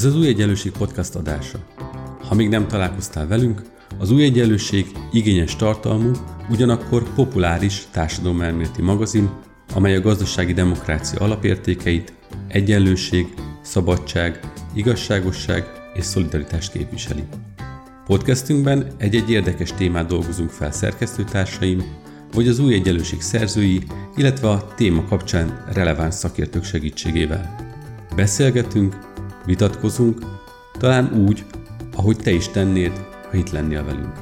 Ez az Új Egyenlőség podcast adása. Ha még nem találkoztál velünk, az Új Egyenlőség igényes tartalmú, ugyanakkor populáris társadalomelméleti magazin, amely a gazdasági demokrácia alapértékeit, egyenlőség, szabadság, igazságosság és szolidaritást képviseli. Podcastünkben egy-egy érdekes témát dolgozunk fel szerkesztőtársaim, vagy az Új Egyenlőség szerzői, illetve a téma kapcsán releváns szakértők segítségével. Beszélgetünk, vitatkozunk, talán úgy, ahogy te is tennéd, ha itt lennél velünk.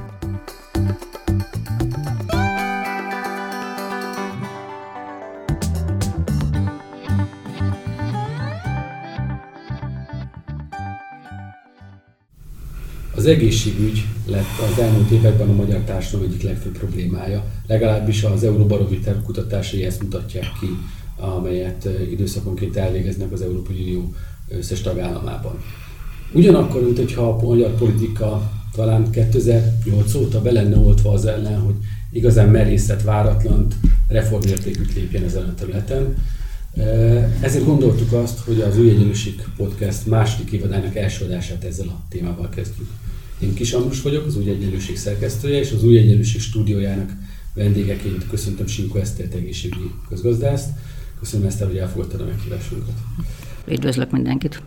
Az egészségügy lett az elmúlt években a magyar társadalom egyik legfőbb problémája. Legalábbis az Euróbarométer kutatásai ezt mutatják ki, amelyet időszakonként elvégeznek az Európai Unió összes tagállamában. Ugyanakkor, mint hogyha a magyar politika talán 2008 óta be lenne oltva az ellen, hogy igazán merészet, váratlan reformértékűt lépjen ezen a területen. Ezért gondoltuk azt, hogy az Új Egyenlőség podcast második évadának első adását ezzel a témával kezdjük. Én Kis Ambrus vagyok, az Új Egyenlőség szerkesztője, és az Új Egyenlőség stúdiójának vendégeként köszöntöm Sinkó Esztert, egészségügyi közgazdászt. Köszönöm, Eszter, hogy elfogadtad a meghívásunkat. Üdvözlök mindenkit!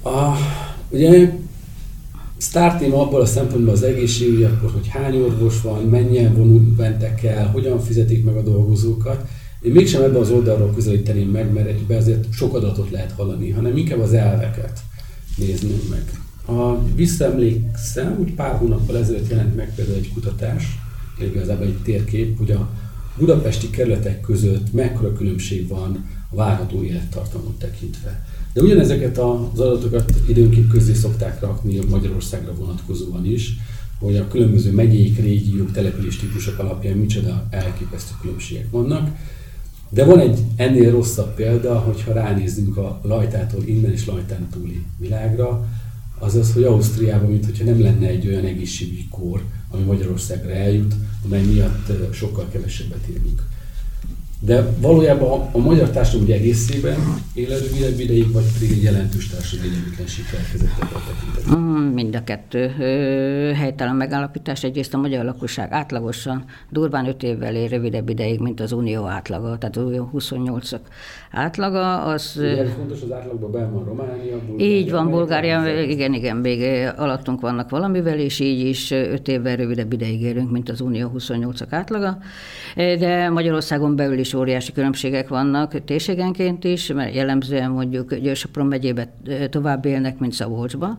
Ugye sztár téma abból a szempontból az egészségügy, akkor, hogy hány orvos van, mennyien mentek el, hogyan fizetik meg a dolgozókat. Én mégsem ebben az oldalról közelíteném meg, mert egyben azért sok adatot lehet hallani, hanem inkább az elveket néznünk meg. Ha visszaemlékszem, úgy pár hónappal ezelőtt jelent meg például egy kutatás, igazából egy térkép, hogy a budapesti kerületek között mekkora különbség van a várható élettartamot tekintve. De ugyanezeket az adatokat időnként közzé szokták rakni Magyarországra vonatkozóan is, hogy a különböző megyék, régiók, település típusok alapján micsoda elképesztő különbségek vannak. De van egy ennél rosszabb példa, hogyha ránézzünk a Lajtától innen és Lajtán túli világra, azaz, hogy Ausztriában, mintha nem lenne egy olyan egészségügyi kór, ami Magyarországra eljut, amely miatt sokkal kevesebbet élünk. De valójában a magyar társadalom ugye egészében él rövidebb ideig, vagy pedig egy jelentős társadalmi egyenlőtlenség keletkezett ebben a tekintetben? Mind a kettő helytelen megállapítás. Egyrészt a magyar lakosság átlagosan durván 5 évvel él rövidebb ideig, mint az unió átlaga, tehát az unió 28-ak átlaga. Az ugye fontos, az átlagban benn van Románia, Bulgária. Így van, Bulgária, igen, még alattunk vannak valamivel, és így is 5 évvel rövidebb ideig élünk, mint az unió 28-ak átlaga. De Magyarországon belül is óriási különbségek vannak térségenként is, mert jellemzően mondjuk Győr-Sopron megyében tovább élnek, mint Szabolcsban.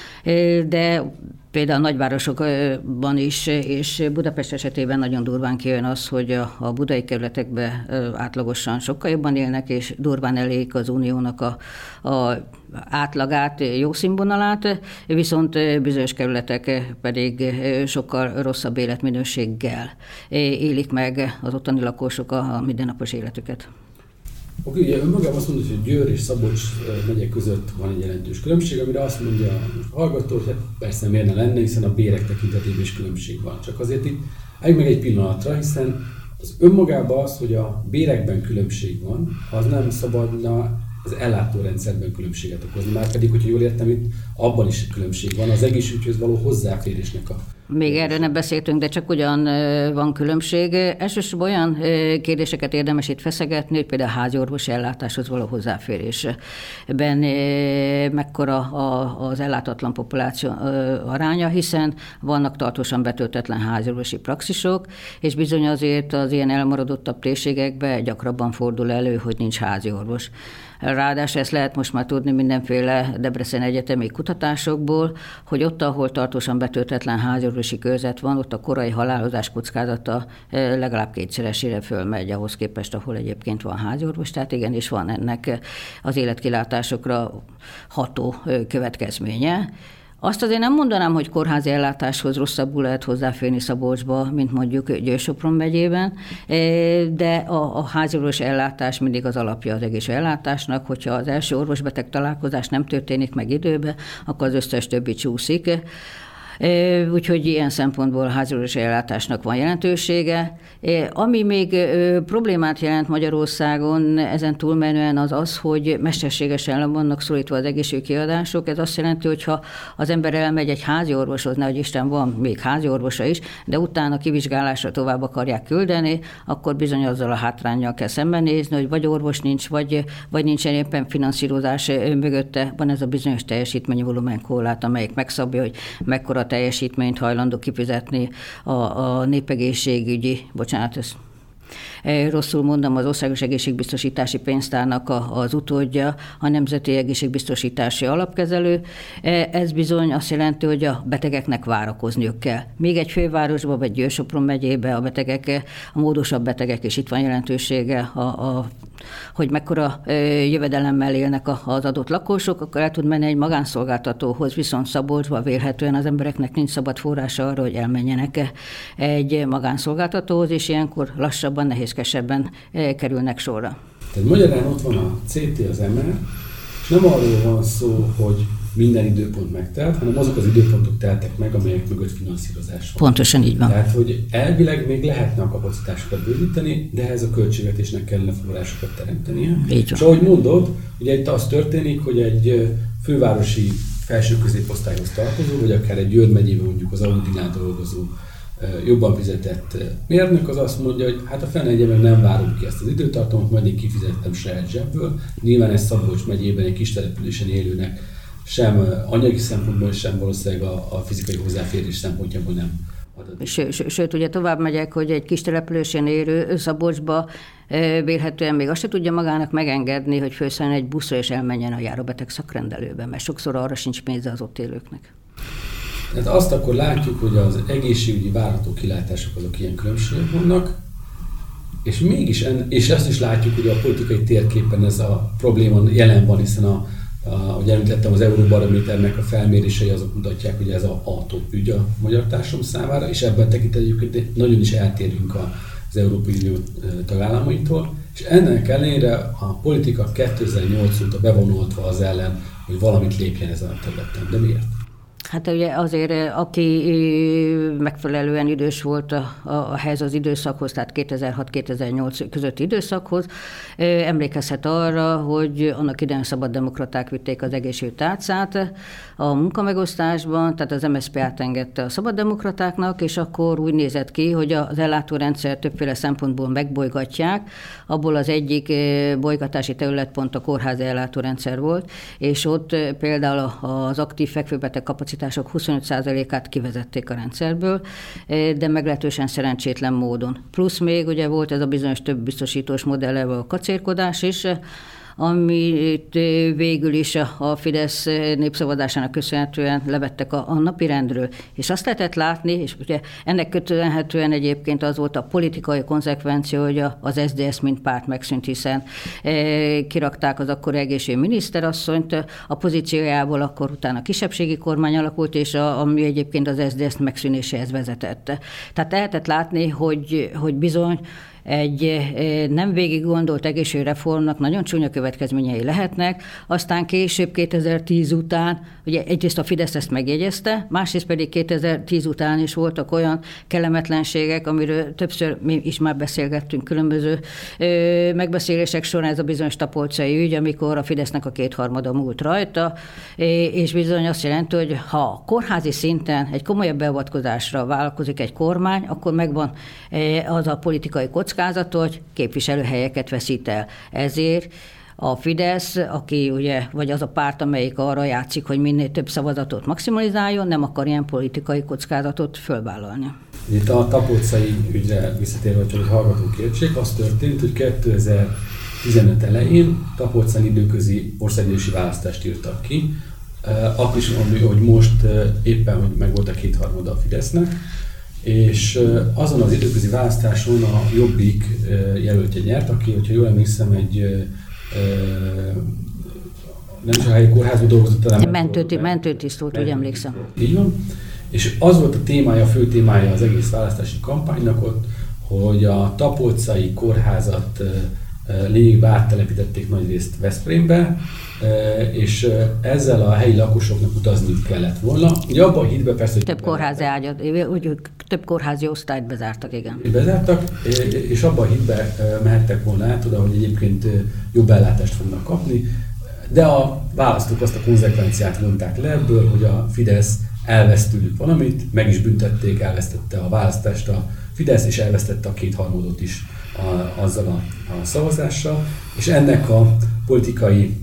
De például a nagyvárosokban is, és Budapest esetében nagyon durván kijön az, hogy a budai kerületekben átlagosan sokkal jobban élnek, és durván elérik az uniónak a átlagát, jó színvonalát, viszont bizonyos kerületek pedig sokkal rosszabb életminőséggel élik meg az ottani lakosok a mindennapos életüket. Oké, ugye önmagában azt mondod, hogy Győr és Szabolcs megyek között van egy jelentős különbség, amire azt mondja a hallgató, hogy persze miért ne lenne, hiszen a bérek tekintetében is különbség van. Csak azért itt álljunk meg egy pillanatra, hiszen az önmagában az, hogy a bérekben különbség van, az nem szabadna az ellátórendszerben különbséget okozni. Márpedig, hogyha jól értem, itt abban is különbség van, az egészségügyhöz való hozzáférésnek a... Még erről nem beszéltünk, de csak ugyan van különbség. Elsősorban olyan kérdéseket érdemes itt feszegetni, hogy például a háziorvosi ellátáshoz való hozzáférésben mekkora az ellátatlan populáció aránya, hiszen vannak tartósan betöltetlen háziorvosi praxisok, és bizony azért az ilyen elmaradottabb térségekben gyakrabban fordul elő, hogy nincs háziorvos. Ráadásul ezt lehet most már tudni mindenféle Debrecen egyetemi kutatásokból, hogy ott, ahol tartósan betöltetlen háziorvosi körzet van, ott a korai halálozás kockázata legalább 2-szeresére fölmegy ahhoz képest, ahol egyébként van háziorvos. Tehát igenis van ennek az életkilátásokra ható következménye. Azt azért nem mondanám, hogy kórházi ellátáshoz rosszabbul lehet hozzáférni Szabolcsba, mint mondjuk Győr-Sopron megyében, de a háziorvos ellátás mindig az alapja az egész ellátásnak, hogyha az első orvos-beteg találkozás nem történik meg időben, akkor az összes többi csúszik. Úgyhogy ilyen szempontból a háziorvosi ellátásnak van jelentősége. Ami még problémát jelent Magyarországon ezen túlmenően az, hogy mesterségesen le vannak szorítva az egészségügyi kiadások. Ez azt jelenti, hogy ha az ember elmegy egy házi orvoshoz, nehogy Isten van még házi orvosa is, de utána kivizsgálásra tovább akarják küldeni, akkor bizony azzal a hátránnyal kell szembenézni, hogy vagy orvos nincs, vagy nincsen éppen finanszírozás mögötte. Van ez a bizonyos teljesítményi volumenkorlát, amelyik megszabja, hogy mekkora teljesítményt hajlandó kifizetni a népegészségügyi, rosszul mondom, az Országos Egészségbiztosítási Pénztárnak az utódja, a Nemzeti Egészségbiztosítási Alapkezelő. Ez bizony azt jelenti, hogy a betegeknek várakozniuk kell. Még egy fővárosban, vagy Győr-Sopron megyébe a betegek, a módosabb betegek, és itt van jelentősége, hogy mekkora jövedelemmel élnek az adott lakosok, akkor el tud menni egy magánszolgáltatóhoz, viszont Szabolcsban vélhetően az embereknek nincs szabad forrása arra, hogy elmenjenek egy magánszolgáltatóhoz, és ilyenkor lassabban, nehézkesebben kerülnek sorra. Tehát magyarán ott van a CT, az MR, és nem arról van szó, hogy minden időpont megtelt, hanem azok az időpontok teltek meg, amelyek mögött finanszírozás van. Pontosan így van. Tehát, hogy elvileg még lehetne a kapacitásokat bővíteni, de ehhez a költségvetésnek kellene forrásokat teremtenie. És ahogy mondod, ugye itt az történik, hogy egy fővárosi felső középosztályhoz tartozó, vagy akár egy Győr megyében mondjuk az Audinál dolgozó jobban fizetett mérnök, az azt mondja, hogy hát a fene egyébként nem várom ki ezt az időtartamot, majd én kifizettem saját zsebből. Nyilván ez Szabolcs megyében egy kis településen élőnek sem anyagi szempontból, sem valószínűleg a fizikai hozzáférés szempontjából nem adott. Sőt, ugye tovább megyek, hogy egy kis településen élő Szabolcsba vélhetően még azt se tudja magának megengedni, hogy felszálljon egy buszra és elmenjen a járóbeteg szakrendelőbe, mert sokszor arra sincs pénze az ott élőknek. Tehát azt akkor látjuk, hogy az egészségügyi várható kilátások azok ilyen különbségek vannak, és mégis, és azt is látjuk, hogy a politikai térképen ez a probléma jelen van, hiszen ahogy említettem, az Euróbarométernek a felmérései azok mutatják, hogy ez a top ügy a magyar társadalom számára, és ebben tekintetjük, hogy nagyon is eltérünk az Európai Unió tagállamaitól, és ennek ellenére a politika 2008 óta bevonultva az ellen, hogy valamit lépjen ezen a területen. De miért? Hát ugye azért, aki megfelelően idős volt ehhez az időszakhoz, tehát 2006-2008 közötti időszakhoz, emlékezhet arra, hogy annak idején szabaddemokraták vitték az egészségügy tárcát a munkamegosztásban, tehát az MSZP átengedte a szabaddemokratáknak, és akkor úgy nézett ki, hogy az ellátórendszer többféle szempontból megbolygatják. Abból az egyik bolygatási területpont a kórházi ellátórendszer volt, és ott például az aktív fekvőbeteg kapacitások 25%-át kivezették a rendszerből, de meglehetősen szerencsétlen módon. Plusz még ugye volt ez a bizonyos több biztosítós modellel a kacérkodás is, amit végül is a Fidesz népszavazásának köszönhetően levettek a napirendről. És azt lehetett látni, és ugye ennek köszönhetően egyébként az volt a politikai konzekvencia, hogy az SZDSZ mint párt megszűnt, hiszen kirakták az akkori egészségügyminiszterasszonyt a pozíciójából, akkor utána kisebbségi kormány alakult, és ami egyébként az SZDSZ megszűnéséhez vezetett. Tehát lehetett látni, hogy bizony egy nem végig gondolt egészségügyreformnak nagyon csúnya következményei lehetnek, aztán később 2010 után, ugye egyrészt a Fidesz ezt megjegyezte, másrészt pedig 2010 után is voltak olyan kellemetlenségek, amiről többször mi is már beszélgettünk különböző megbeszélések során, ez a bizonyos tapolcai ügy, amikor a Fidesznek a 2/3 múlt rajta, és bizony azt jelenti, hogy ha kórházi szinten egy komolyabb beavatkozásra vállalkozik egy kormány, akkor megvan az a politikai kockázat, hogy képviselőhelyeket veszít el. Ezért a Fidesz, aki ugye, vagy az a párt, amelyik arra játszik, hogy minél több szavazatot maximalizáljon, nem akar ilyen politikai kockázatot fölvállalni. Itt a tapolcai ügyre visszatérve, hogy hallgatók értsék, az történt, hogy 2015 elején Tapolcán időközi országgyűlési választást írtak ki, akkor is, hogy most éppen, hogy meg volt a 2/3 a Fidesznek, és azon az időközi választáson a Jobbik jelöltje nyert, aki, hogyha jól emlékszem, egy nem csak a helyi kórházban dolgozott, hanem mentőtiszt volt, úgy emlékszem. Így van. És az volt a témája, a fő témája az egész választási kampánynak ott, hogy a tapolcai kórházat lényegében áttelepítették nagyrészt Veszprémbe, és ezzel a helyi lakosoknak utazniuk kellett volna. Ugye abban a hitben persze, hogy több kórházi osztályt bezártak, igen. Bezártak, és abban a hitben mehettek volna át oda, hogy egyébként jobb ellátást fognak kapni, de a választók azt a konzekvenciát vonták le ebből, hogy a Fidesz elveszt tőlük valamit, meg is büntették, elvesztette a választást a Fidesz, és elvesztette a 2/3 is azzal a szavazással, és ennek a politikai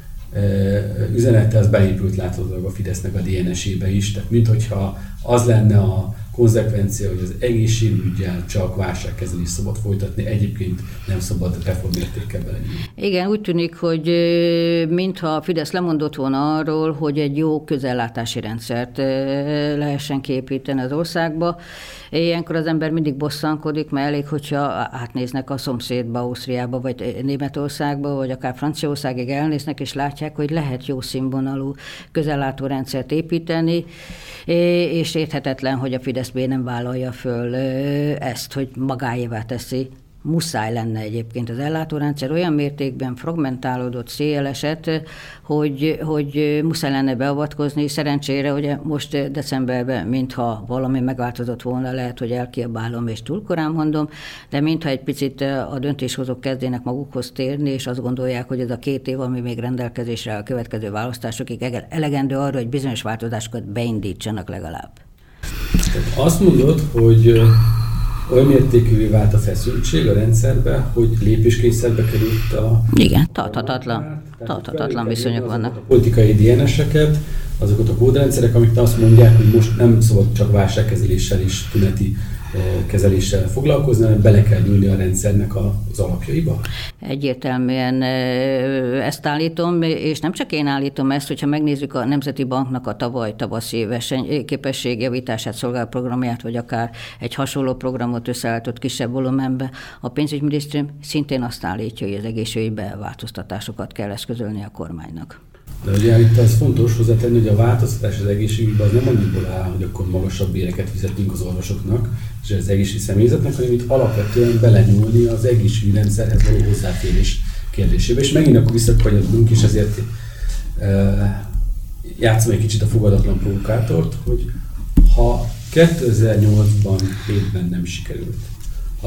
üzenete az beépült láthatólag a Fidesznek a DNS-ébe is, tehát minthogyha az lenne a konzekvencia, hogy az egészségüggyel csak válságkezelést szabad folytatni, egyébként nem szabad reformértékkel belenyúlni. Igen, úgy tűnik, hogy mintha a Fidesz lemondott volna arról, hogy egy jó közellátási rendszert lehessen kiépíteni az országba. Ilyenkor az ember mindig bosszankodik, mert elég, hogyha átnéznek a szomszédba, Ausztriába, vagy Németországba, vagy akár Franciaországig elnéznek, és látják, hogy lehet jó színvonalú közellátó rendszert építeni, és érthetetlen, hogy a Fidesz miért nem vállalja föl ezt, hogy magáévá teszi. Muszáj lenne egyébként az ellátórendszer olyan mértékben fragmentálódott, széleset, hogy muszáj lenne beavatkozni. Szerencsére, hogy most decemberben, mintha valami megváltozott volna, lehet, hogy elkiabálom és túl korán mondom, de mintha egy picit a döntéshozók kezdének magukhoz térni, és azt gondolják, hogy ez a 2 év, ami még rendelkezésre a következő választásokig elegendő arra, hogy bizonyos változásokat beindítsanak legalább. Azt mondod, hogy olyan mértékűvé vált a feszültség a rendszerbe, hogy lépéskényszerbe került a... Igen, tarthatatlan viszonyok vannak. A politikai DNS-eket, azokat a kódrendszerek, amik azt mondják, hogy most nem szabad csak válságkezeléssel és tüneti kezeléssel foglalkozni, hanem bele kell nyúlni a rendszernek az alapjaiba? Egyértelműen ezt állítom, és nem csak én állítom ezt, hogyha megnézzük a Nemzeti Banknak a tavaly tavaszi versenyképességjavítását szolgáló programját, vagy akár egy hasonló programot összeállított kisebb volumenbe, a pénzügyminisztérium szintén azt állítja, hogy az egészségügyben változtatásokat kell eszközölni a kormánynak. De ugye itt az fontos hozzátenni, hogy a változtatás az egészségügyben az nem annyiból áll, hogy akkor magasabb béreket fizetünk az orvosoknak és az egészségügyi személyzetnek, hanem itt alapvetően belenyúlni az egészségügyi rendszerhez való hozzáférés kérdésébe. És megint akkor visszakanyarodunk, és ezért játszom egy kicsit a fogadatlan provokátort, hogy ha 2008-ban 7-ben nem sikerült, ha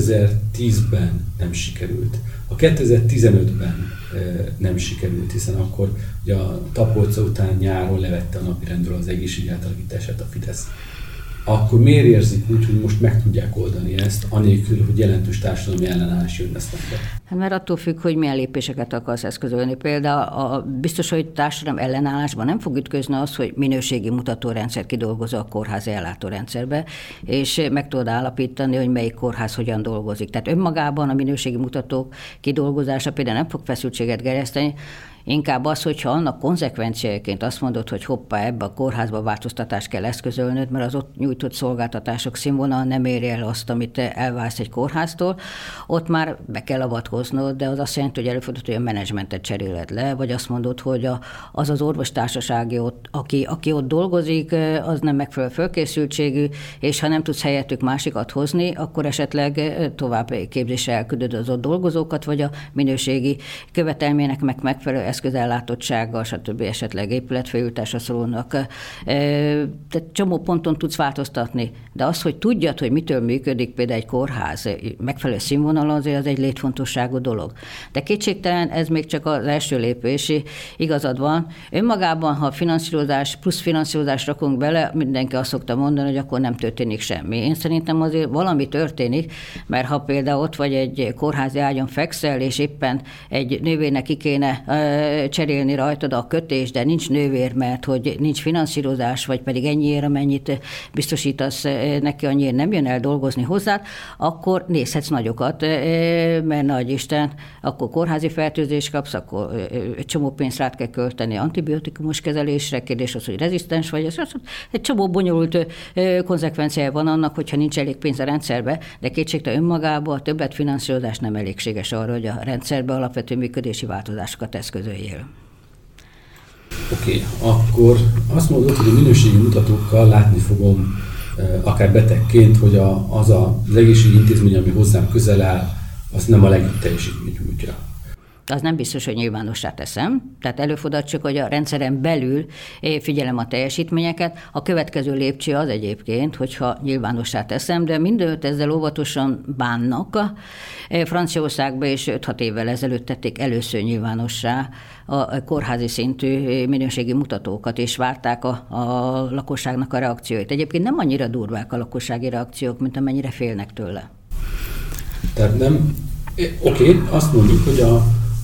2010-ben nem sikerült, ha 2015-ben nem sikerült, hiszen akkor ugye a Tapolca után nyáron levette a napirendről az egészségügy átalakítását a Fidesz, akkor miért érzik úgy, hogy most meg tudják oldani ezt, anélkül, hogy jelentős társadalmi ellenállás jönne szembe? Hát mert attól függ, hogy milyen lépéseket akarsz eszközölni. Például biztos, hogy társadalom ellenállásban nem fog ütközni az, hogy minőségi mutatórendszer kidolgozza a kórházi ellátórendszerbe, és meg tudod állapítani, hogy melyik kórház hogyan dolgozik. Tehát önmagában a minőségi mutatók kidolgozása például nem fog feszültséget gerjeszteni, inkább az, hogyha annak konzekvenciájaként azt mondod, hogy hoppá, ebbe a kórházba változtatást kell eszközölnöd, mert az ott nyújtott szolgáltatások színvonal nem éri el azt, amit te elvársz egy kórháztól, ott már be kell avatkoznod, de az azt jelenti, hogy előfordul, hogy a menedzsmentet cseréled le, vagy azt mondod, hogy az orvostársaság, aki ott dolgozik, az nem megfelelő fölkészültségű, és ha nem tudsz helyettük másikat hozni, akkor esetleg tovább képzésre elküldöd az ott dolgozókat, vagy a minőségi követelménynek megfelelő eszközellátottsággal, stb. Esetleg épületfelújításra szólnak. Tehát csomó ponton tudsz változtatni, de az, hogy tudjad, hogy mitől működik például egy kórház megfelelő színvonalon, azért az egy létfontosságú dolog. De kétségtelen ez még csak az első lépés, igazad van. Önmagában, ha finanszírozás plusz finanszírozást rakunk bele, mindenki azt szokta mondani, hogy akkor nem történik semmi. Én szerintem azért valami történik, mert ha például ott vagy egy kórházi ágyon fekszel, és éppen egy nővérnek ki kéne cserélni rajtad a kötést, de nincs nővér, mert hogy nincs finanszírozás, vagy pedig ennyiért, amennyit biztosítasz neki, annyiért nem jön el dolgozni hozzád, akkor nézhetsz nagyokat, mert nagy Isten, akkor kórházi fertőzést kapsz, akkor egy csomó pénzt rád kell költeni antibiotikumos kezelésre, kérdés az, hogy rezisztens vagy, egy csomó bonyolult konzekvenciája van annak, hogyha nincs elég pénz a rendszerbe, de kétségtelen önmagában a többletfinanszírozás nem elégséges arra, hogy a rendszerbe alapvető működési változásokat eszközöljél. Oké, akkor azt mondod, hogy a minőségi mutatókkal látni fogom akár betegként, hogy az egészségügyi intézmény, ami hozzám közel áll, azt nem a legjobb teljesítményt nyújtja. Az nem biztos, hogy nyilvánossá teszem. Tehát előfordul csak, hogy a rendszeren belül figyelem a teljesítményeket. A következő lépcső az egyébként, hogyha nyilvánossá teszem, de mindössze ezzel óvatosan bánnak. Franciaországban is 5-6 évvel ezelőtt tették először nyilvánossá a kórházi szintű minőségi mutatókat, és várták a lakosságnak a reakcióit. Egyébként nem annyira durvák a lakossági reakciók, mint amennyire félnek tőle. Tehát nem... Oké, azt mondjuk, hogy a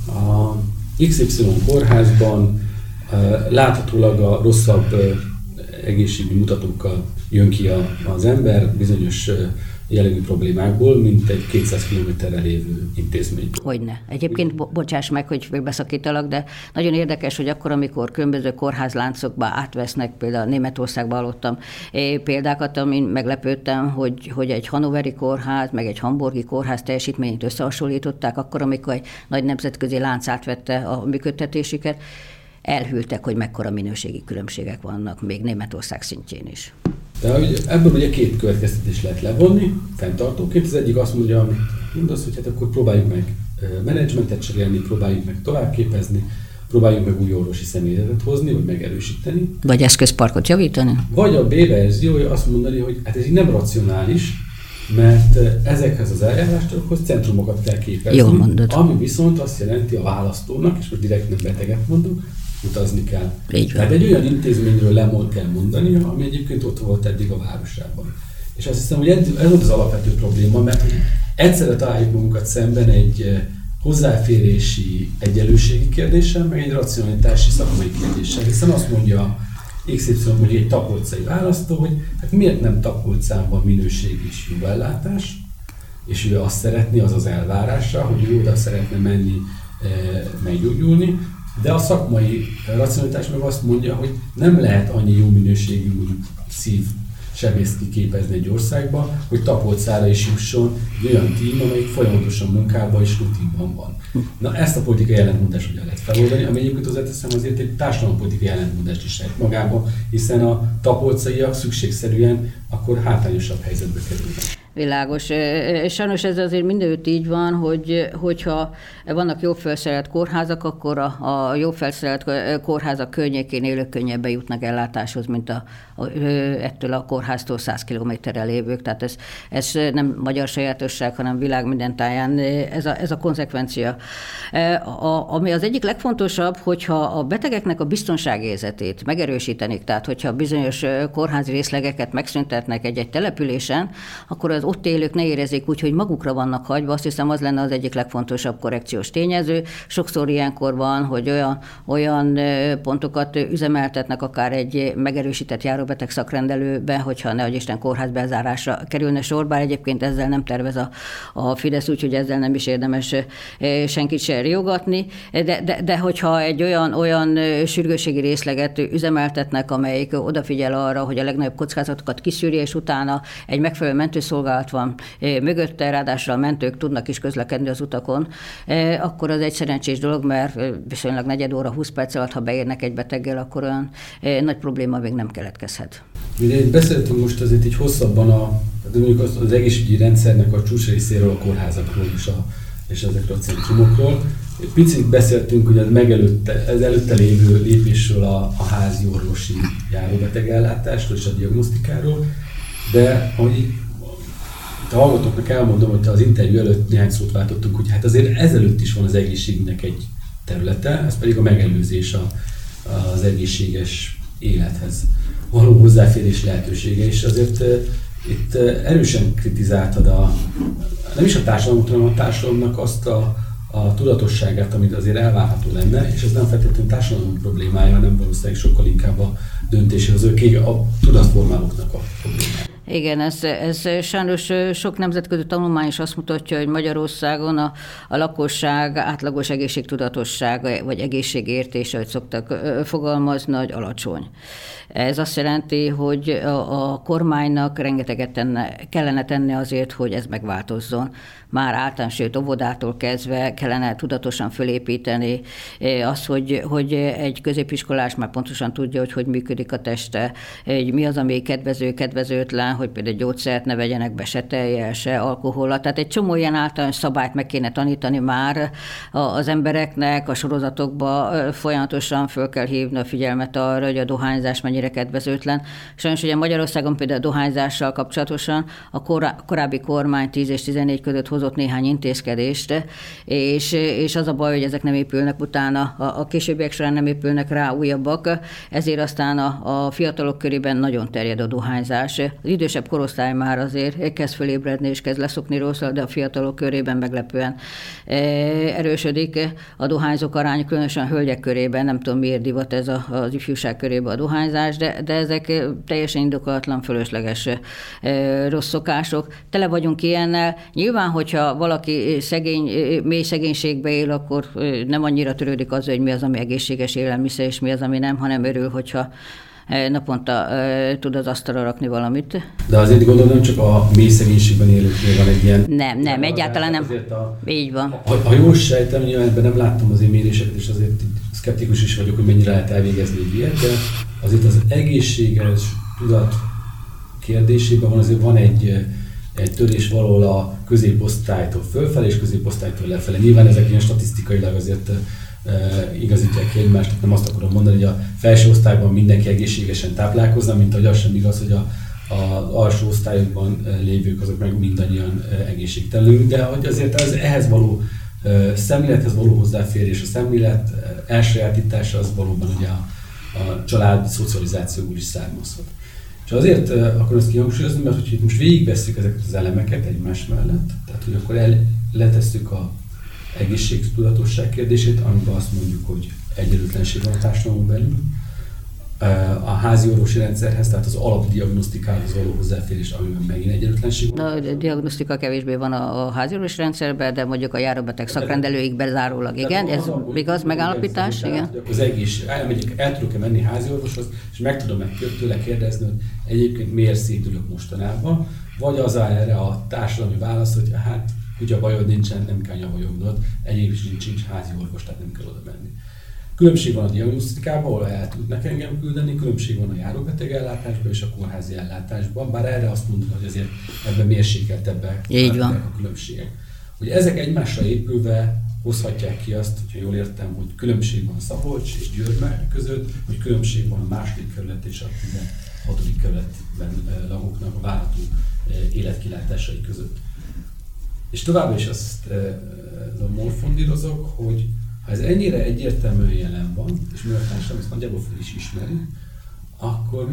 XY kórházban láthatólag a rosszabb egészségügyi mutatókkal jön ki az ember bizonyos jellegű problémákból, mint egy 200 kilométerre lévő intézmény. Hogyne. Egyébként bocsáss meg, hogy beszakítalak, de nagyon érdekes, hogy akkor, amikor különböző kórházláncokba átvesznek, például Németországban hallottam példákat, amin meglepődtem, hogy egy hannoveri kórház, meg egy hamburgi kórház teljesítményét összehasonlították, akkor, amikor egy nagy nemzetközi lánc átvette a működtetésüket, elhűltek, hogy mekkora minőségi különbségek vannak, még Németország szintjén is. De ebből ugye 2 következtetést lehet levonni, fenntartóként. Az egyik azt mondja, amit mondasz, hogy hát akkor próbáljuk meg menedzsmentet cserélni, próbáljuk meg továbbképezni, próbáljuk meg új orvosi személyzetet hozni, vagy megerősíteni. Vagy eszközparkot javítani. Vagy a B verziója azt mondani, hogy hát ez így nem racionális, mert ezekhez az eljárásokhoz centrumokat kell képezni. Jól mondod. Ami viszont azt jelenti a választónak, és most direkt nem beteget mondok, utazni kell. Tehát egy olyan intézményről kell mondani, ami egyébként ott volt eddig a városában. És azt hiszem, hogy ez volt az alapvető probléma, mert egyszerre találjuk magunkat szemben egy hozzáférési egyenlőségi kérdéssel, meg egy racionalitási szakmai kérdéssel. Hiszen azt mondja XY, hogy egy Tapolcai választó, hogy hát miért nem Tapolcán van minőség és jó ellátás, és ő azt szeretné, az az elvárása, hogy ő oda szeretne menni, meggyógyulni, de a szakmai racionalitás meg azt mondja, hogy nem lehet annyi jó minőségű szívsebészt kiképezni egy országba, hogy Tapolcára is jusson egy olyan tím, amelyik folyamatosan munkában és rutinban van. Na ezt a politikai ellentmondást hogyan lehet feloldani, ami egyébként hozzáteszem azért egy társadalompolitikai ellentmondást is lehet magában, hiszen a tapolcaiak szükségszerűen akkor hátrányosabb helyzetbe kerülnek. Világos. Sajnos ez azért mindenütt így van, hogyha vannak jó felszerelt kórházak, akkor a jó felszerelt kórházak környékén élők könnyebben jutnak ellátáshoz, mint ettől a kórháztól 100 kilométerre lévők. Tehát ez nem magyar sajátosság, hanem világ minden táján ez a konzekvencia. Ami az egyik legfontosabb, hogyha a betegeknek a biztonságérzetét megerősítenik, tehát hogyha bizonyos kórházi részlegeket megszüntetnek egy településen, akkor az ott élők ne érezzék úgy, hogy magukra vannak hagyva, azt hiszem az lenne az egyik legfontosabb korrekciós tényező. Sokszor ilyenkor van, hogy olyan pontokat üzemeltetnek akár egy megerősített járóbeteg szakrendelőbe, hogyha nehogy Isten kórház bezárásra kerülne sor, bár egyébként ezzel nem tervez a Fidesz, úgyhogy ezzel nem is érdemes senkit se riogatni, de hogyha egy olyan sürgősségi részleget üzemeltetnek, amelyik odafigyel arra, hogy a legnagyobb kockázatokat kiszűri, és utána egy megfelelő mentőszolgálat van mögötte, ráadásul a mentők tudnak is közlekedni az utakon, akkor az egy szerencsés dolog, mert viszonylag 4 óra, 20 perc alatt, ha beérnek egy beteggel, akkor olyan nagy probléma még nem keletkezhet. Ugye beszéltünk most azért így hosszabban az egészségügyi rendszernek a csúcsrészéről, a kórházakról és ezekről a centrumokról. Egy picit beszéltünk ugye az előtte lévő lépésről a házi orvosi járóbetegellátásról és a diagnosztikáról, de ahogy a hallgatóknak elmondom, hogy az interjú előtt néhány szót váltottunk, hogy hát azért ezelőtt is van az egészségügynek egy területe, ez pedig a megelőzés az egészséges élethez való hozzáférés lehetősége, és azért itt erősen kritizáltad nem is a társadalmat, hanem a társadalomnak azt a tudatosságát, amit azért elvárható lenne, és ez nem feltétlenül társadalom problémája, hanem valószínűleg sokkal inkább a döntéshozóké, a tudatformálóknak a problémája. Igen, ez sajnos sok nemzetközi tanulmány is azt mutatja, hogy Magyarországon a lakosság átlagos egészségtudatossága, vagy egészségértése, ahogy szoktak fogalmazni, nagy alacsony. Ez azt jelenti, hogy a kormánynak rengeteget kellene tenni azért, hogy ez megváltozzon. Már általános, sőt, óvodától kezdve kellene tudatosan fölépíteni azt, hogy egy középiskolás már pontosan tudja, hogy működik a teste, mi az, ami kedvező, kedvezőtlen, után, hogy például gyógyszert ne vegyenek be, se tejjel, se alkohollal. Tehát egy csomó ilyen általános szabályt meg kéne tanítani már az embereknek, a sorozatokba folyamatosan föl kell hívni a figyelmet arra, hogy a dohányzás mennyire kedvezőtlen. Sajnos ugye Magyarországon például a dohányzással kapcsolatosan a korábbi kormány 10 és 14 között hozott néhány intézkedést, és az a baj, hogy ezek nem épülnek utána, a későbbiek során nem épülnek rá újabbak, ezért aztán a fiatalok körében nagyon terjed a dohányzás. Az idősebb korosztály már azért kezd fölébredni és kezd leszokni rosszul, de a fiatalok körében meglepően erősödik a dohányzók aránya, különösen a hölgyek körében, nem tudom miért divat ez az ifjúság körében a dohányzás, de ezek teljesen indokolatlan, fölösleges rossz szokások. Tele vagyunk ilyennel. Nyilván, hogyha valaki mély szegénységbe él, akkor nem annyira törődik az, hogy mi az, ami egészséges élelmiszer, és mi az, ami nem, hanem örül, hogyha naponta tud az asztalra rakni valamit. De azért gondolom, nem csak a mély szegénységben élőknél van egy ilyen... Nem, egyáltalán nem. Így van. Ha jól sejtem, nyilván ebben nem láttam azért méréseket, és azért szkeptikus is vagyok, hogy mennyire lehet elvégezni egy ilyet, de azért az egészséges tudat kérdésében azért van egy törés valahol a középosztálytól fölfelé és középosztálytól lefele. Nyilván ezek ilyen statisztikailag azért igazítják ki egymást, tehát nem azt akarom mondani, hogy a felső osztályban mindenki egészségesen táplálkozna, mint ahogy az sem igaz, hogy az alsó osztályokban lévők azok meg mindannyian egészségtelenül, de hogy azért az ehhez való szemlélethez való hozzáférés, a szemlélet elsajátítása az valóban ugye a családi szocializációból is származhat. És azért akarom ezt kihangsúlyozni, mert hogy most végigvesszük ezeket az elemeket egymás mellett, tehát hogy akkor letesszük a egészségtudatosság kérdését, amiben azt mondjuk, hogy egyenlőtlenség van a társadalmon belül, a házi orvosi rendszerhez, tehát az alapdiagnosztikához való hozzáférés, amiben megint egyenlőtlenség van. A diagnosztika kevésbé van a házi orvosi rendszerben, de mondjuk a járóbeteg szakrendelőig bezárólag, igen, ez igaz megállapítás, igen. Az el tudok-e menni házi orvoshoz, és meg tudom tőle kérdezni, hogy egyébként miért szédülök mostanában, vagy az erre a társadalmi válasz, hogy hát kutya bajod nincsen, nem kell nyavajognod, egyébként nincs házi orvos, tehát nem kell oda menni. Különbség van a diagnosztikában, ahol el tudnak engem küldeni, különbség van a járóbeteg ellátásban és a kórházi ellátásban, bár erre azt mondom, hogy azért ebben mérsékeltebbek a különbségek. Hogy ezek egymásra épülve hozhatják ki azt, hogyha jól értem, hogy különbség van Szabolcs és Győr között, hogy különbség van a második kerület és a 16. kerületben lakóknak a várható életkilátásai között. És továbbá is azt morfondírozok, hogy ha ez ennyire egyértelműen jelen van, és mi a társadalom ezt nagyjából fel is ismeri, akkor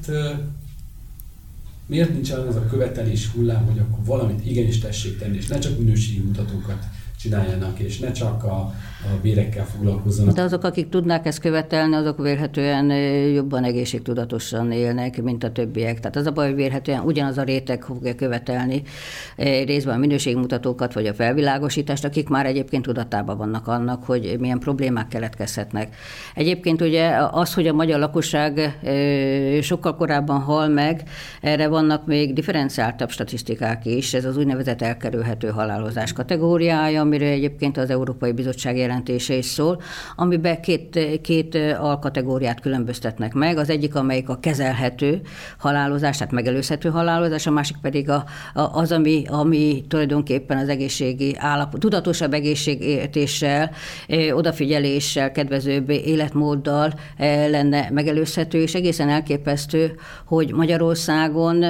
miért nincs az a követelés hullám, hogy akkor valamit igenis tessék tenni, és ne csak minőségi mutatókat csináljanak, és ne csak a bérekkel foglalkozzanak. De azok, akik tudnák ezt követelni, azok vélhetően jobban egészségtudatosan élnek, mint a többiek. Tehát az a baj, hogy vélhetően ugyanaz a réteg fogja követelni részben a minőségmutatókat, vagy a felvilágosítást, akik már egyébként tudatában vannak annak, hogy milyen problémák keletkezhetnek. Egyébként ugye az, hogy a magyar lakosság sokkal korábban hal meg, erre vannak még differenciáltabb statisztikák is, ez az úgynevezett elkerülhető halálozás kategóriája, amire egyébként az Európai Bizottság jelentése is szól, amiben két alkategóriát különböztetnek meg. Az egyik, amelyik a kezelhető halálozás, tehát megelőzhető halálozás, a másik pedig az, ami tulajdonképpen az egészségi állapot, tudatosabb egészségértéssel, odafigyeléssel, kedvezőbb életmóddal lenne megelőzhető, és egészen elképesztő, hogy Magyarországon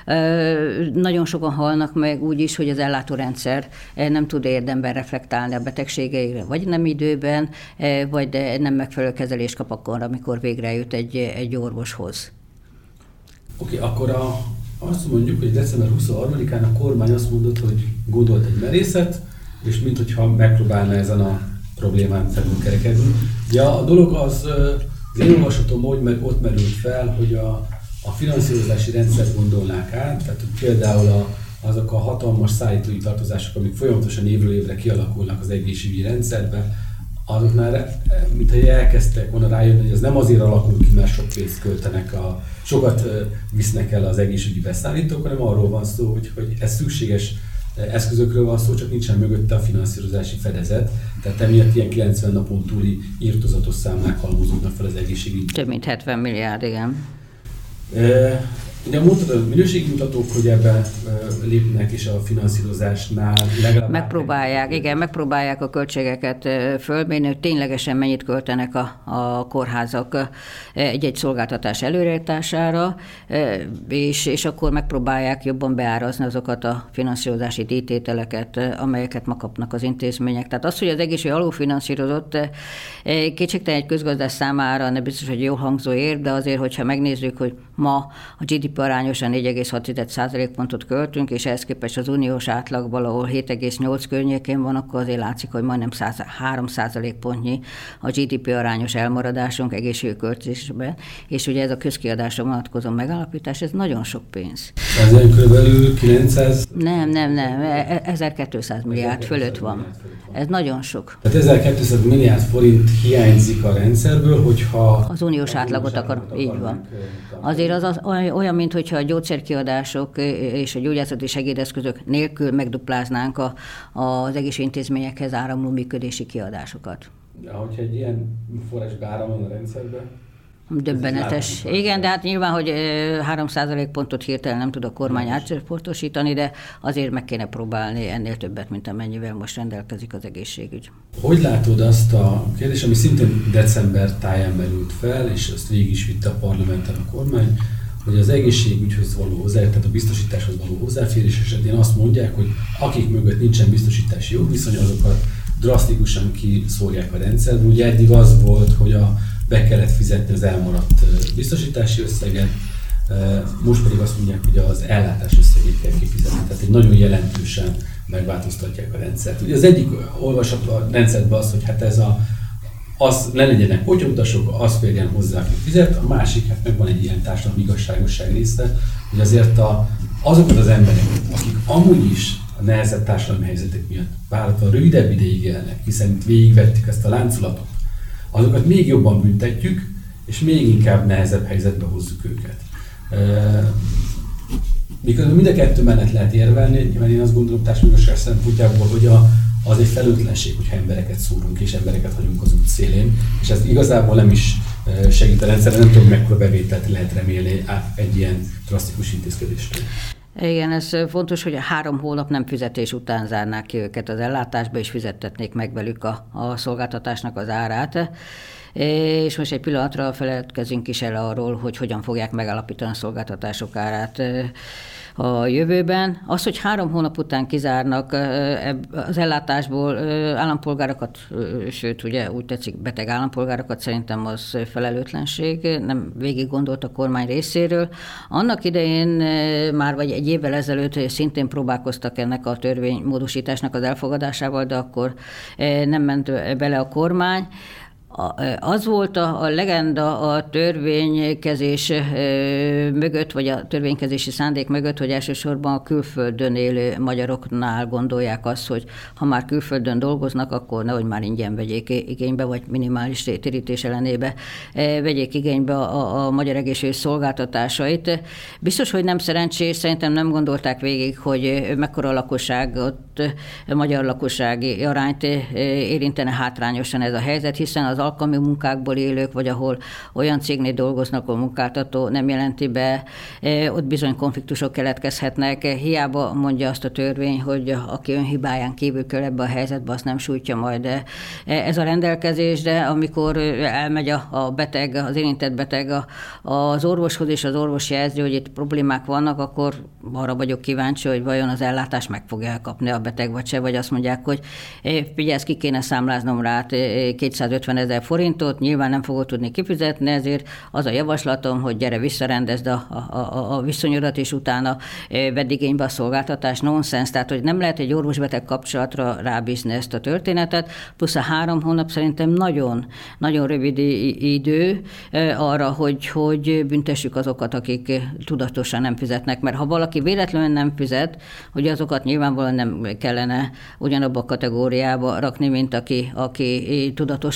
nagyon sokan halnak meg úgy is, hogy az ellátórendszer nem tud érdemben reflektálni a betegségeire, vagy nem időben, vagy nem megfelelő kezelést kap akkor, amikor végre jut egy orvoshoz. Oké, akkor azt mondjuk, hogy december 23-án a kormány azt mondott, hogy gondolt egy merészet, és minthogyha megpróbálna ezen a problémán felülkerekedni. Ugye a dolog az én olvasatom, hogy ott merült fel, hogy a finanszírozási rendszert gondolnák át, tehát például azok a hatalmas szállítói tartozások, amik folyamatosan évről évre kialakulnak az egészségügyi rendszerben, azoknál, mintha elkezdtek volna rájönni, hogy ez nem azért alakul ki, mert sok pénzt költenek, sokat visznek el az egészségügyi beszállítók, hanem arról van szó, hogy ez szükséges eszközökről van szó, csak nincsen mögötte a finanszírozási fedezet, tehát emiatt ilyen 90 napon túli írtozatos számlák halmozódnak fel az egészségügyi. Több mint 70 milliárd, igen. Ugye mondtad a minőségi mutatók, hogy ebbe lépnek, és a finanszírozásnál legalább... Megpróbálják a költségeket fölmérni, hogy ténylegesen mennyit költenek a kórházak egy-egy szolgáltatás előreállítására, és akkor megpróbálják jobban beárazni azokat a finanszírozási díjtételeket, amelyeket ma kapnak az intézmények. Tehát az, hogy az egészség alulfinanszírozott, kétségtelen egy közgazdás számára nem biztos, hogy jól hangzó ér, de azért, hogyha megnézzük, hogy ma a GDP arányosan 4,6%-pontot költünk, és ehhez képest az uniós átlag valahol 7,8 környékén van, akkor azért látszik, hogy majdnem 3%-pontnyi a GDP arányos elmaradásunk egészségügyköltésben, és ugye ez a közkiadásra vonatkozó megállapítás, ez nagyon sok pénz. Ez ilyen körülbelül 900? Nem, 1200 milliárd fölött van. Ez nagyon sok. Tehát 1200 milliárd forint hiányzik a rendszerből, hogyha... Az uniós átlagot akar, így van. Azért az olyan, mintha a gyógyszerkiadások és a gyógyászati segédeszközök nélkül megdupláznánk az egészségügyintézményekhez áramló működési kiadásokat. De hogyha egy ilyen forrás beáramol a rendszerbe? Döbbenetes. Igen, de hát nyilván, hogy 3%-pontot hirtelen nem tud a kormány átcsoportosítani, de azért meg kéne próbálni ennél többet, mint amennyivel most rendelkezik az egészségügy. Hogy látod azt a kérdést, ami szintén december táján merült fel, és ezt végig is vitte a parlamenten a kormány, hogy az egészségügyhöz való hozzáférés, tehát a biztosításhoz való hozzáférés esetén azt mondják, hogy akik mögött nincsen biztosítási jogviszony, azokat drasztikusan kiszórják a rendszerből. Ugye eddig az volt, hogy be kellett fizetni az elmaradt biztosítási összeget, most pedig azt mondják, hogy az ellátás összegét kell kifizetni. Tehát egy nagyon jelentősen megváltoztatják a rendszert. Ugye az egyik olvasat a rendszerben az, hogy hát az ne legyenek potyogdasok, az férjen hozzá, aki fizet, a másik, hát meg van egy ilyen társadalmi igazságosság része, hogy azért azokat az embereket, akik amúgy is a nehezebb társadalmi helyzetek miatt várhatóan rövidebb ideig élnek, hiszen itt végigvettük ezt a láncolatot, azokat még jobban büntetjük, és még inkább nehezebb helyzetbe hozzuk őket. Miközben mind a kettő mellett lehet érvelni, mert én azt gondolom társadalmi szempontjából, hogy az egy felelőtlenség, hogyha embereket szúrunk és embereket hagyunk az út szélén, és ez igazából nem is segít a rendszerre, nem tudom, mekkora bevételt lehet remélni egy ilyen drasztikus intézkedéstől. Igen, ez fontos, hogy 3 hónap nem fizetés után zárnák ki őket az ellátásba, és fizettetnék meg velük a szolgáltatásnak az árát. És most egy pillanatra feledkezünk is el arról, hogy hogyan fogják megállapítani a szolgáltatások árát a jövőben. Az, hogy 3 hónap után kizárnak az ellátásból állampolgárokat, sőt, ugye úgy tetszik, beteg állampolgárokat, szerintem az felelőtlenség, nem végig gondolt a kormány részéről. Annak idején már vagy egy évvel ezelőtt szintén próbálkoztak ennek a törvénymódosításnak az elfogadásával, de akkor nem ment bele a kormány. Az volt a legenda a törvénykezés mögött, vagy a törvénykezési szándék mögött, hogy elsősorban a külföldön élő magyaroknál gondolják azt, hogy ha már külföldön dolgoznak, akkor nehogy már ingyen vegyék igénybe, vagy minimális térítés ellenébe vegyék igénybe a magyar egészségügy szolgáltatásait. Biztos, hogy nem szerencsés, szerintem nem gondolták végig, hogy mekkora lakosságot, magyar lakossági arányt érintene hátrányosan ez a helyzet, hiszen az alkalmi munkákból élők, vagy ahol olyan cégnél dolgoznak, ahol munkáltató nem jelenti be, ott bizony konfliktusok keletkezhetnek. Hiába mondja azt a törvény, hogy aki önhibáján kívül kerül ebbe a helyzetbe, azt nem sújtja majd ez a rendelkezés, de amikor elmegy a beteg, az érintett beteg az orvoshoz, és az orvos jelzi, hogy itt problémák vannak, akkor arra vagyok kíváncsi, hogy vajon az ellátást meg fogja kapni a beteg, vagy se, vagy azt mondják, hogy figyelj, ezt ki kéne számláznom rá 250 000 forintot, nyilván nem fogod tudni kifizetni, ezért az a javaslatom, hogy gyere visszarendezd a viszonyodat, és utána vedd igénybe a szolgáltatást. Nonsens, tehát hogy nem lehet egy orvos-beteg kapcsolatra rábízni ezt a történetet, plusz a 3 hónap szerintem nagyon, nagyon rövid idő arra, hogy büntessük azokat, akik tudatosan nem fizetnek, mert ha valaki véletlenül nem fizet, hogy azokat nyilvánvalóan nem kellene ugyanabba a kategóriába rakni, mint aki tudatosan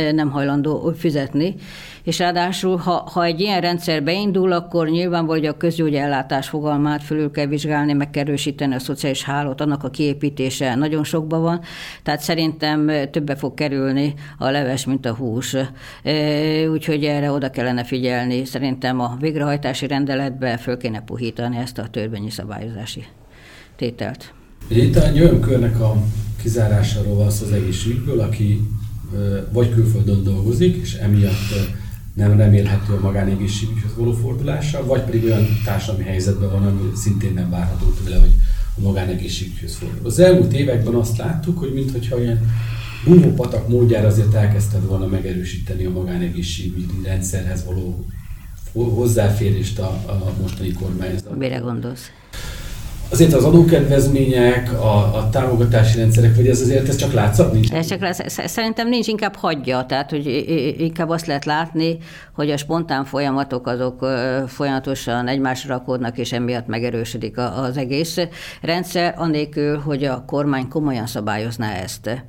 nem hajlandó fizetni. És ráadásul, ha egy ilyen rendszer beindul, akkor nyilvánvaló, hogy a közgyógyi ellátás fogalmát fölül kell vizsgálni, meg kell erősíteni a szociális hálót, annak a kiépítése nagyon sokban van, tehát szerintem többe fog kerülni a leves, mint a hús. Úgyhogy erre oda kellene figyelni. Szerintem a végrehajtási rendeletbe föl kéne puhítani ezt a törvényi szabályozási tételt. Itt egy olyan körnek a kizárásáról van szó az egészségügyből, aki vagy külföldön dolgozik, és emiatt nem remélhető a magánegészségügyhöz való fordulása, vagy pedig olyan társadalmi helyzetben van, ami szintén nem várható tőle, hogy a magánegészségügyhöz fordul. Az elmúlt években azt láttuk, hogy minthogyha ilyen búvópatak módjára azért elkezdted volna megerősíteni a magánegészségügyi rendszerhez való hozzáférést a mostani kormányzat. Mire gondolsz? Azért az adókedvezmények, a támogatási rendszerek, vagy ez csak látszat nincs? Szerintem nincs, inkább hagyja. Tehát, hogy inkább azt lehet látni, hogy a spontán folyamatok azok folyamatosan egymásra rakódnak, és emiatt megerősödik az egész rendszer, anélkül, hogy a kormány komolyan szabályozná ezt.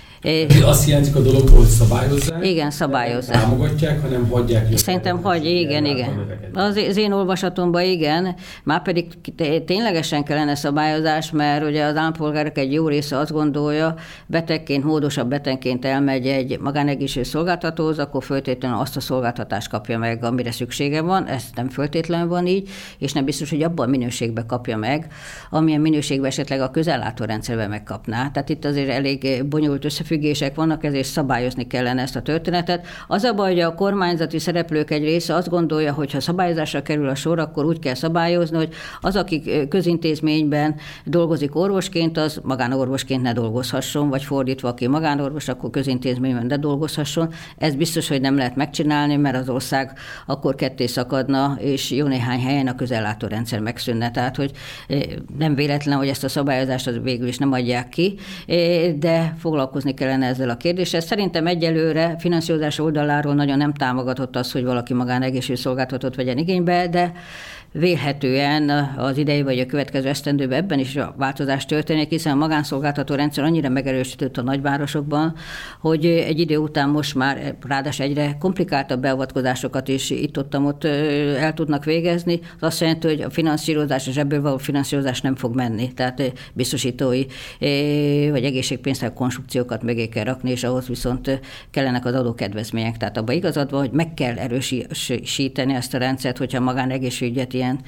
Azt hiányzik a dolog, hogy szabályozzák? Igen, szabályozzák. Támogatják, hanem hagyják. Szerintem igen. Az én olvasatomban igen, már pedig ténylegesen kellene szabályozás, mert ugye az állampolgárok egy jó része azt gondolja, betegként, módosabb betegként elmegy egy magánegészségügyi szolgáltatóhoz, akkor föltétlenül azt a szolgáltatást kapja meg, amire szüksége van, ez nem föltétlenül van így, és nem biztos, hogy abban a minőségben kapja meg, amilyen minőségben esetleg a közellátórendszerben megkapná. Tehát itt azért elég bonyolult összefüggések vannak, ezért szabályozni kellene ezt a történetet. Az a baj, hogy a kormányzati szereplők egy része azt gondolja, hogy ha szabályozásra kerül a sor, akkor úgy kell szabályozni, hogy az, aki közintézményben dolgozik orvosként, az magánorvosként ne dolgozhasson, vagy fordítva, aki magánorvos, akkor közintézményben ne dolgozhasson. Ez biztos, hogy nem lehet megcsinálni, mert az ország akkor ketté szakadna, és jó néhány helyen a közellátórendszer megszűnne. Tehát, hogy nem véletlen, hogy ezt a szabályozást az végül is nem adják ki, de foglalkozni kellene ezzel a kérdéssel. Szerintem egyelőre finanszírozás oldaláról nagyon nem támogatott az, hogy valaki magánegészségügyi szolgáltatót vegyen igénybe, de vélhetően az idei vagy a következő esztendőben ebben is a változás történik, hiszen a magánszolgáltató rendszer annyira megerősödött a nagyvárosokban, hogy egy idő után most már ráadásul egyre komplikáltabb beavatkozásokat is itt-ott el tudnak végezni. Az azt jelenti, hogy a finanszírozás és ebből való finanszírozás nem fog menni. Tehát biztosítói vagy egészségpénztár konstrukciókat mögé kell rakni, és ahhoz viszont kellenek az adókedvezmények. Tehát abban igazad van, hogy meg kell erősíteni ezt a rendszert, hogyha a magánegészségügyet ilyen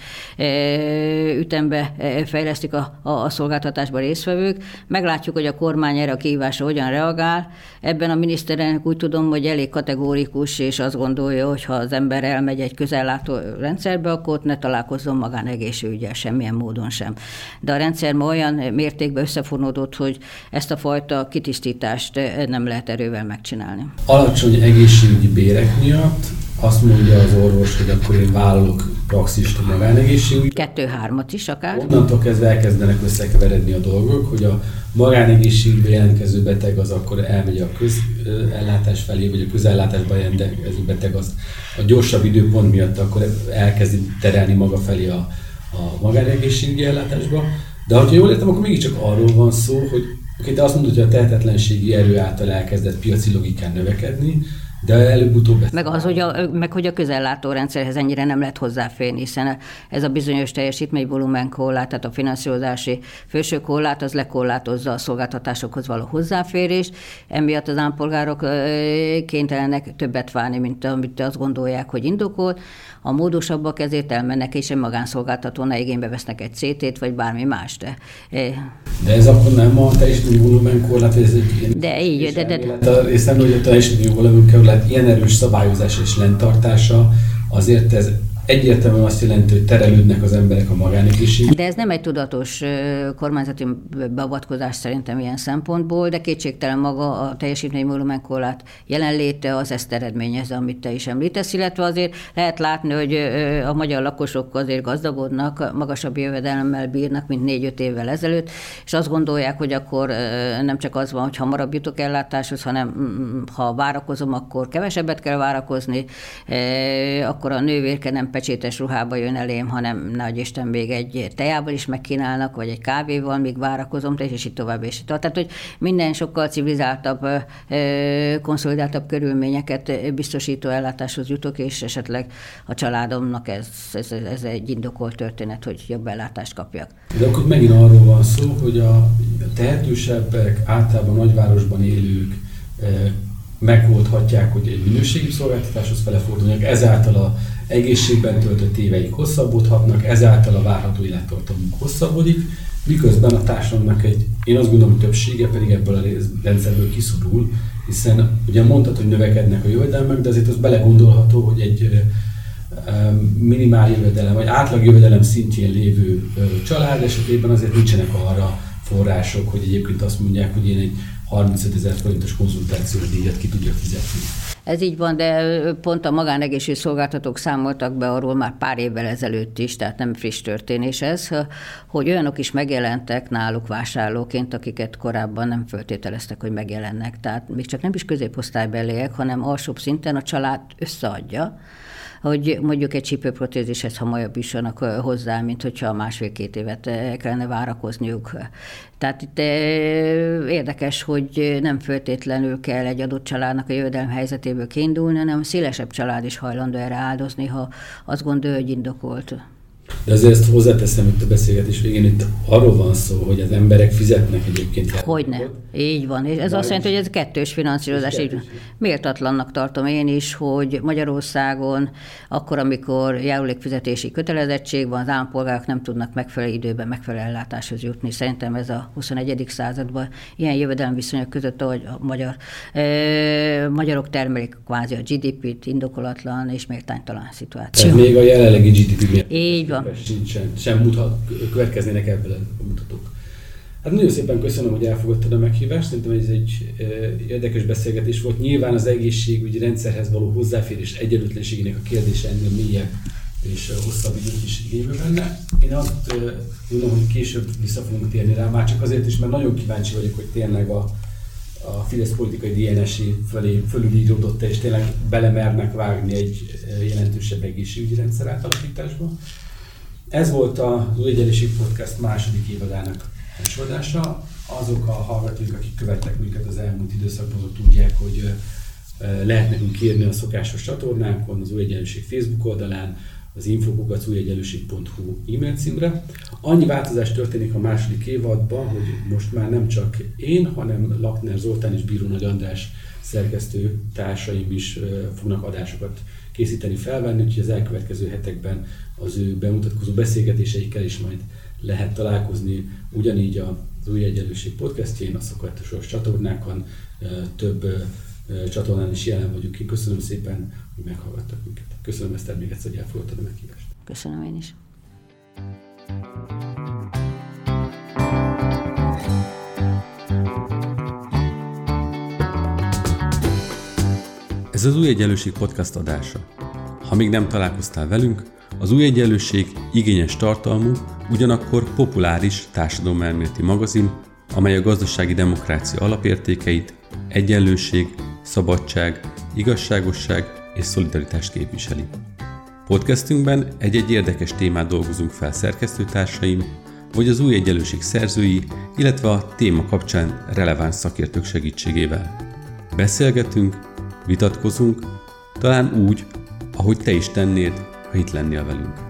ütembe fejlesztik a szolgáltatásban résztvevők. Meglátjuk, hogy a kormány erre a kihívásra hogyan reagál. Ebben a miniszterelnök úgy tudom, hogy elég kategórikus, és azt gondolja, hogy ha az ember elmegy egy közellátó rendszerbe, akkor ott ne találkozzon magánegészségüggyel semmilyen módon sem. De a rendszer ma olyan mértékben összefonódott, hogy ezt a fajta kitisztítást nem lehet erővel megcsinálni. Alacsony egészségügyi bérek miatt azt mondja az orvos, hogy akkor én vállalok praxist a magánegészségügyben. 2-3 is akár. Onnantól kezdve elkezdenek összekeveredni a dolgok, hogy a magánegészségügybe jelentkező beteg az akkor elmegy a közellátás felé, vagy a közellátásban jelentkező beteg az a gyorsabb időpont miatt akkor elkezdi terelni maga felé a magánegészségügyi ellátásba. De ha jól értem, akkor mégiscsak arról van szó, hogy te azt mondod, hogy a tehetetlenségi erő által elkezdett piaci logikán növekedni, de előbb-utóbb... Hogy a közellátórendszerhez ennyire nem lehet hozzáférni, hiszen ez a bizonyos teljesítményvolumenkorlát, tehát a finanszírozási felsőkorlát, az lekorlátozza a szolgáltatásokhoz való hozzáférést. Emiatt az állampolgárok kénytelenek többet várni, mint amit azt gondolják, hogy indokolt. A módosabbak ezért elmennek, és egy magánszolgáltatónál igénybe vesznek egy CT-t, vagy bármi más. De ez akkor nem a teljesítményvolumenkorlát, ez egy ilyen... De így, És nem, hogy a teljesítményvolumenkorlát ilyen erős szabályozás és lenntartása, azért ez egyértelműen azt jelenti, hogy terelődnek az emberek a magánegészségügybe. De ez nem egy tudatos kormányzati beavatkozás szerintem ilyen szempontból, de kétségtelen maga a teljesítményvolumenkorlát jelenléte az ezt eredményezze, amit te is említesz, illetve azért lehet látni, hogy a magyar lakosok azért gazdagodnak, magasabb jövedelemmel bírnak, mint 4-5 évvel ezelőtt, és azt gondolják, hogy akkor nem csak az van, hogy hamarabb jutok ellátáshoz, hanem ha várakozom, akkor kevesebbet kell várakozni, akkor a nővérke nem pecsétes ruhába jön elém, hanem nagy Isten még egy tejával is megkínálnak, vagy egy kávéval, míg várakozom, és így tovább, és így tovább. Tehát, hogy minden sokkal civilizáltabb, konszolidáltabb körülményeket biztosító ellátáshoz jutok, és esetleg a családomnak ez egy indokolt történet, hogy jobb ellátást kapjak. De akkor megint arról van szó, hogy a tehetősebbek, általában nagyvárosban élők megoldhatják, hogy egy minőségi szolgáltatáshoz felefordulnak, ezáltal az egészségben töltött éveik hosszabbodhatnak, ezáltal a várható élettartamuk hosszabbodik, miközben a társadalomnak én azt gondolom, hogy többsége pedig ebből a rendszerből kiszorul, hiszen ugye mondtad, hogy növekednek a jövedelmek, de azért az belegondolható, hogy egy minimál jövedelem, vagy átlag jövedelem szintjén lévő család esetében azért nincsenek arra források, hogy egyébként azt mondják, hogy én egy 35 000 forintos konzultációs díjat ki tudjak fizetni. Ez így van, de pont a magánegészségügyi szolgáltatók számoltak be arról már pár évvel ezelőtt is, tehát nem friss történés ez, hogy olyanok is megjelentek náluk vásárlóként, akiket korábban nem feltételeztek, hogy megjelennek. Tehát még csak nem is középosztálybeliek, hanem alsóbb szinten a család összeadja, hogy mondjuk egy csípőprotézishez hamarabb jussanak hozzá, mint hogyha 1,5-2 évet kellene várakozniuk. Tehát itt érdekes, hogy nem feltétlenül kell egy adott családnak a jövedelem helyzetéből kiindulni, hanem szélesebb család is hajlandó erre áldozni, ha azt gondolja, hogy indokolt. De azért ezt hozzáteszem itt a beszélgetés végén, itt arról van szó, hogy az emberek fizetnek egyébként. Hogyne, így van. És ez azt jelenti, hogy ez kettős finanszírozás. Méltatlannak tartom én is, hogy Magyarországon akkor, amikor járulékfizetési kötelezettség van, az állampolgárok nem tudnak megfelelő időben megfelelő ellátáshoz jutni. Szerintem ez a 21. században ilyen jövedelemviszonyok között, ahogy a magyarok termelik kvázi a GDP-t, indokolatlan és méltánytalan szituáció. Tehát még a jelenlegi GDP így van. Sem következnének ebből a mutatók. Hát nagyon szépen köszönöm, hogy elfogadtad a meghívást. Szerintem ez egy érdekes beszélgetés volt. Nyilván az egészségügyi rendszerhez való hozzáférés egyenlőtlenségének a kérdése ennél mélyebb és hosszabb időt is igénybe benne. Én azt gondolom, hogy később vissza fogunk térni rá, már csak azért is, mert nagyon kíváncsi vagyok, hogy tényleg a Fidesz politikai DNS-é fölülíródott, és tényleg belemernek vágni egy jelentősebb egészségügyi rendszer átalakításba. Ez volt az Új Egyenlőség Podcast második évadának elsorolása. Azok a hallgatók, akik követtek minket az elmúlt időszakban, azok tudják, hogy lehet nekünk írni a szokásos csatornánkon, az Új Egyenlőség Facebook oldalán, az info@újegyenlőség.hu e-mail címre. Annyi változás történik a második évadban, hogy most már nem csak én, hanem Lakner Zoltán és Bíró Nagy András szerkesztő társaim is fognak adásokat készíteni, felvenni, úgyhogy az elkövetkező hetekben az ő bemutatkozó beszélgetéseikkel is majd lehet találkozni, ugyanígy az Új Egyenlőség podcastjén, a szokásos csatornákon, több csatornán is jelen vagyunk. Én köszönöm szépen, hogy meghallgattak minket. Köszönöm, Eszter, még egyszer, hogy elfogadtad a meghívást. Köszönöm én is. Ez az Új Egyenlőség podcast adása. Ha még nem találkoztál velünk, az Új Egyenlőség igényes tartalmú, ugyanakkor populáris társadalomelméleti magazin, amely a gazdasági demokrácia alapértékeit, egyenlőség, szabadság, igazságosság és szolidaritást képviseli. Podcastünkben egy-egy érdekes témát dolgozunk fel szerkesztőtársaim, vagy az Új Egyenlőség szerzői, illetve a téma kapcsán releváns szakértők segítségével. Beszélgetünk, vitatkozunk, talán úgy, ahogy te is tennéd, ha itt lennél velünk.